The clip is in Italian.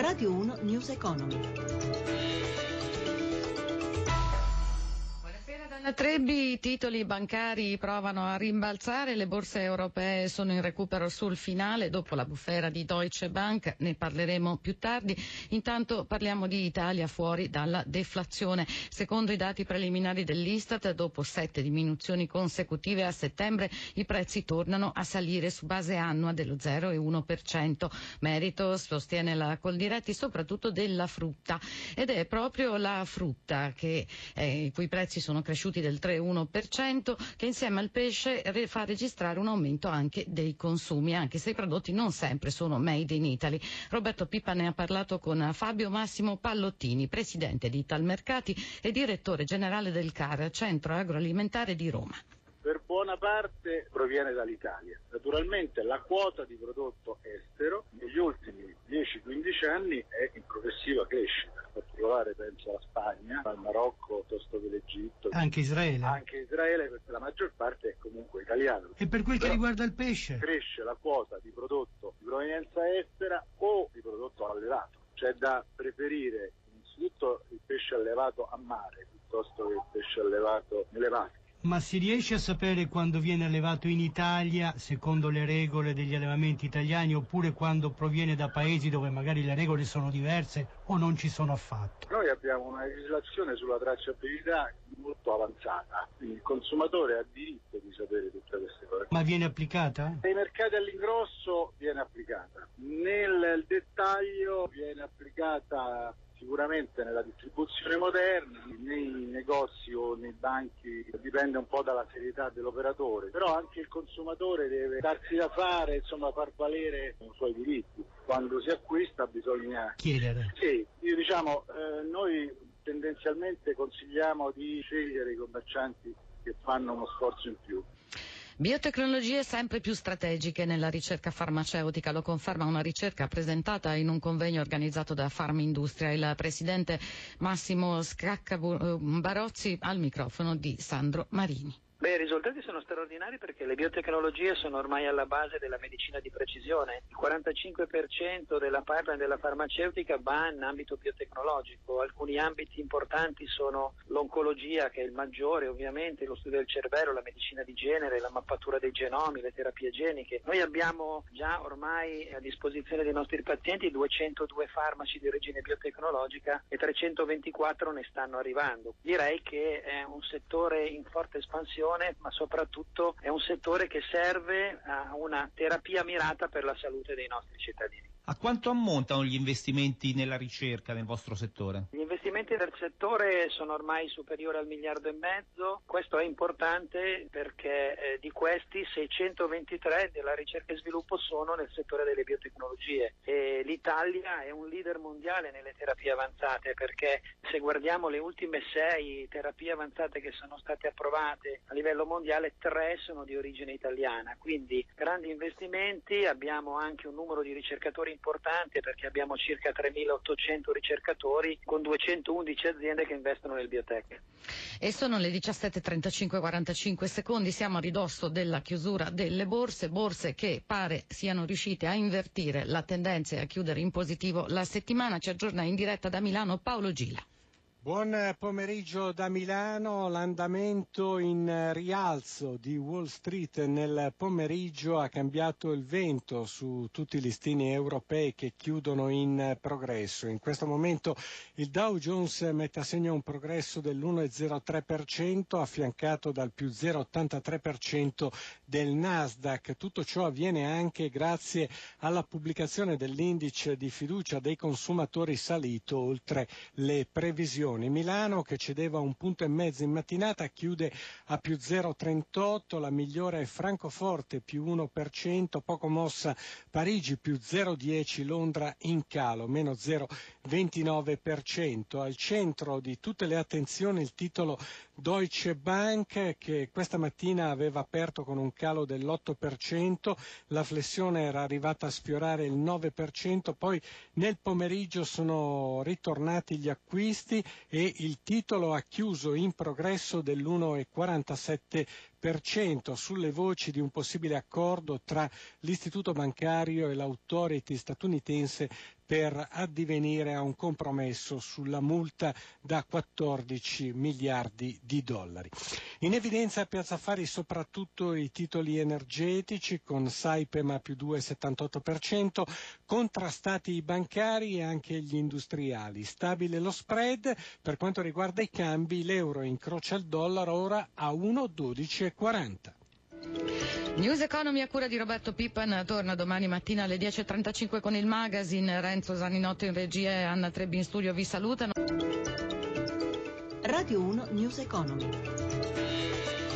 Radio 1 News Economy. Dalla Trebbi i titoli bancari provano a rimbalzare, le borse europee sono in recupero sul finale dopo la bufera di Deutsche Bank, ne parleremo più tardi. Intanto parliamo di Italia fuori dalla deflazione. Secondo i dati preliminari dell'Istat, dopo 7 diminuzioni consecutive a settembre, i prezzi tornano a salire su base annua dello 0,1%. Merito, sostiene la Coldiretti, soprattutto della frutta, ed è proprio la frutta i cui prezzi sono cresciuti del 3,1%, che insieme al pesce fa registrare un aumento anche dei consumi, anche se i prodotti non sempre sono made in Italy. Roberto Pippa ne ha parlato con Fabio Massimo Pallottini, presidente di Italmercati e direttore generale del CAR, Centro Agroalimentare di Roma. Per buona parte proviene dall'Italia. Naturalmente la quota di prodotto estero negli ultimi 10-15 anni è in progressiva crescita, in particolare penso alla Spagna, al Marocco, piuttosto che l'Egitto. Anche Israele? Anche Israele, perché la maggior parte è comunque italiana. E per quel che riguarda il pesce? Cresce la quota di prodotto di provenienza estera o di prodotto allevato. C'è da preferire innanzitutto il pesce allevato a mare piuttosto che il pesce allevato nelle vasche. Ma si riesce a sapere quando viene allevato in Italia, secondo le regole degli allevamenti italiani, oppure quando proviene da paesi dove magari le regole sono diverse o non ci sono affatto? Noi abbiamo una legislazione sulla tracciabilità molto avanzata, quindi il consumatore ha diritto di sapere tutte queste cose. Ma viene applicata? Nei mercati all'ingrosso viene applicata, nel dettaglio viene applicata sicuramente nella distribuzione moderna, nei negozi o nei banchi, dipende un po' dalla serietà dell'operatore, però anche il consumatore deve darsi da fare, insomma far valere i suoi diritti. Quando si acquista bisogna chiedere. Sì, noi tendenzialmente consigliamo di scegliere i commercianti che fanno uno sforzo in più. Biotecnologie sempre più strategiche nella ricerca farmaceutica, lo conferma una ricerca presentata in un convegno organizzato da Farmindustria. Il presidente Massimo Scacca-Barozzi al microfono di Sandro Marini. I risultati sono straordinari perché le biotecnologie sono ormai alla base della medicina di precisione. Il 45% della pipeline della farmaceutica va in ambito biotecnologico. Alcuni ambiti importanti sono l'oncologia, che è il maggiore ovviamente, lo studio del cervello, la medicina di genere, la mappatura dei genomi, le terapie geniche. Noi abbiamo già ormai a disposizione dei nostri pazienti 202 farmaci di origine biotecnologica e 324 ne stanno arrivando. Direi che è un settore in forte espansione, ma soprattutto è un settore che serve a una terapia mirata per la salute dei nostri cittadini. A quanto ammontano gli investimenti nella ricerca nel vostro settore? Gli investimenti del settore sono ormai superiori al 1,5 miliardi. Questo è importante perché di questi 623 della ricerca e sviluppo sono nel settore delle biotecnologie e l'Italia è un leader mondiale nelle terapie avanzate, perché se guardiamo le ultime 6 terapie avanzate che sono state approvate a livello mondiale, 3 sono di origine italiana, quindi grandi investimenti. Abbiamo anche un numero di ricercatori importante perché abbiamo circa 3.800 ricercatori con 211 aziende che investono nel biotech. E sono le 17:35:45 secondi, siamo a ridosso della chiusura delle borse che pare siano riuscite a invertire la tendenza e a chiudere in positivo la settimana. Ci aggiorna in diretta da Milano Paolo Gila. Buon pomeriggio da Milano. L'andamento in rialzo di Wall Street nel pomeriggio ha cambiato il vento su tutti i listini europei che chiudono in progresso. In questo momento il Dow Jones mette a segno un progresso dell'1,03%, affiancato dal più 0,83% del Nasdaq. Tutto ciò avviene anche grazie alla pubblicazione dell'indice di fiducia dei consumatori salito oltre le previsioni. Milano, che cedeva 1,5 punti in mattinata, chiude a più 0,38, la migliore è Francoforte più 1%, poco mossa Parigi più 0,10, Londra in calo meno 0,29%. Al centro di tutte le attenzioni il titolo Deutsche Bank, che questa mattina aveva aperto con un calo dell'8%, la flessione era arrivata a sfiorare il 9%, poi nel pomeriggio sono ritornati gli acquisti e il titolo ha chiuso in progresso dell'1,47%. 2% sulle voci di un possibile accordo tra l'istituto bancario e l'autority statunitense per addivenire a un compromesso sulla multa da 14 miliardi di dollari. In evidenza a Piazza Affari soprattutto i titoli energetici, con Saipem a più 2,78%, contrastati i bancari e anche gli industriali. Stabile lo spread. Per quanto riguarda i cambi, l'euro incrocia il dollaro ora a 1,1240. News Economy a cura di Roberto Pippan torna domani mattina alle 10.35 con il magazine. Renzo Zaninotto in regia e Anna Trebbi in studio vi salutano. Radio 1 News Economy.